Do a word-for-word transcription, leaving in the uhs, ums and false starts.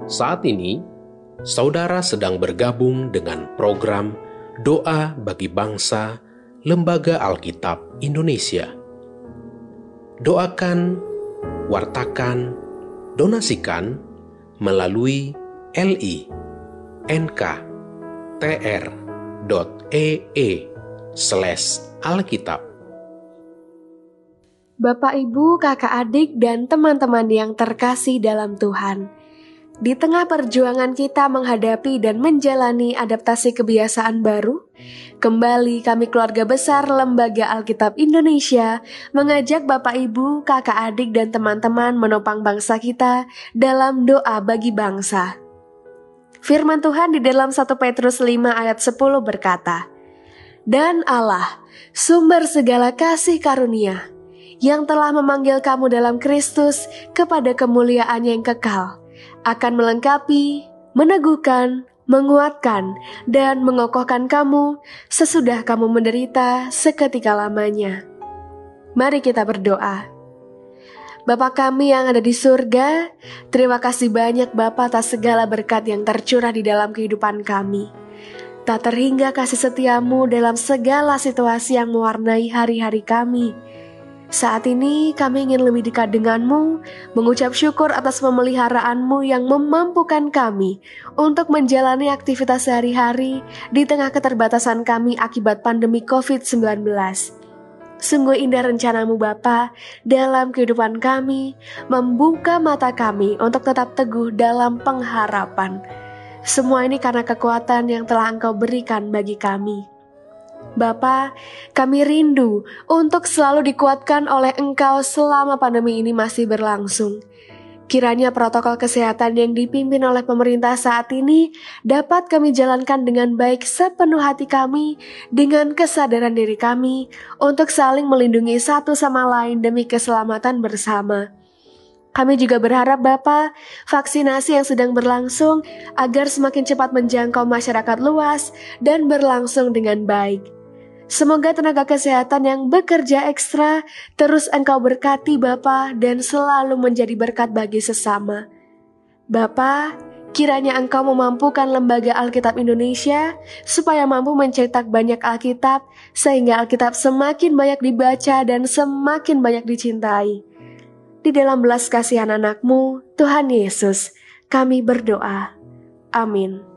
Saat ini, saudara sedang bergabung dengan program Doa Bagi Bangsa Lembaga Alkitab Indonesia. Doakan, wartakan, donasikan melalui li nkr.ee slash alkitab. Bapak, Ibu, kakak adik, dan teman-teman yang terkasih dalam Tuhan, di tengah perjuangan kita menghadapi dan menjalani adaptasi kebiasaan baru, kembali kami keluarga besar Lembaga Alkitab Indonesia mengajak Bapak, Ibu, kakak adik, dan teman-teman menopang bangsa kita dalam doa bagi bangsa. Firman Tuhan di dalam satu Petrus lima ayat sepuluh berkata, "Dan Allah, sumber segala kasih karunia, yang telah memanggil kamu dalam Kristus kepada kemuliaan yang kekal, akan melengkapi, meneguhkan, menguatkan, dan mengokohkan kamu sesudah kamu menderita seketika lamanya." Mari kita berdoa. Bapa kami yang ada di surga, terima kasih banyak Bapa atas segala berkat yang tercurah di dalam kehidupan kami. Tak terhingga kasih setiamu dalam segala situasi yang mewarnai hari-hari kami. Saat ini kami ingin lebih dekat denganmu, mengucap syukur atas pemeliharaanmu yang memampukan kami untuk menjalani aktivitas sehari-hari di tengah keterbatasan kami akibat pandemi covid sembilan belas. Sungguh indah rencanamu Bapa dalam kehidupan kami, membuka mata kami untuk tetap teguh dalam pengharapan. Semua ini karena kekuatan yang telah Engkau berikan bagi kami. Bapa, kami rindu untuk selalu dikuatkan oleh Engkau selama pandemi ini masih berlangsung. Kiranya protokol kesehatan yang dipimpin oleh pemerintah saat ini dapat kami jalankan dengan baik sepenuh hati kami, dengan kesadaran diri kami, untuk saling melindungi satu sama lain demi keselamatan bersama. Kami juga berharap Bapa, vaksinasi yang sedang berlangsung agar semakin cepat menjangkau masyarakat luas dan berlangsung dengan baik. Semoga tenaga kesehatan yang bekerja ekstra terus Engkau berkati Bapa dan selalu menjadi berkat bagi sesama. Bapa, kiranya Engkau memampukan Lembaga Alkitab Indonesia supaya mampu mencetak banyak Alkitab sehingga Alkitab semakin banyak dibaca dan semakin banyak dicintai. Di dalam belas kasihan anak-Mu, Tuhan Yesus, kami berdoa. Amin.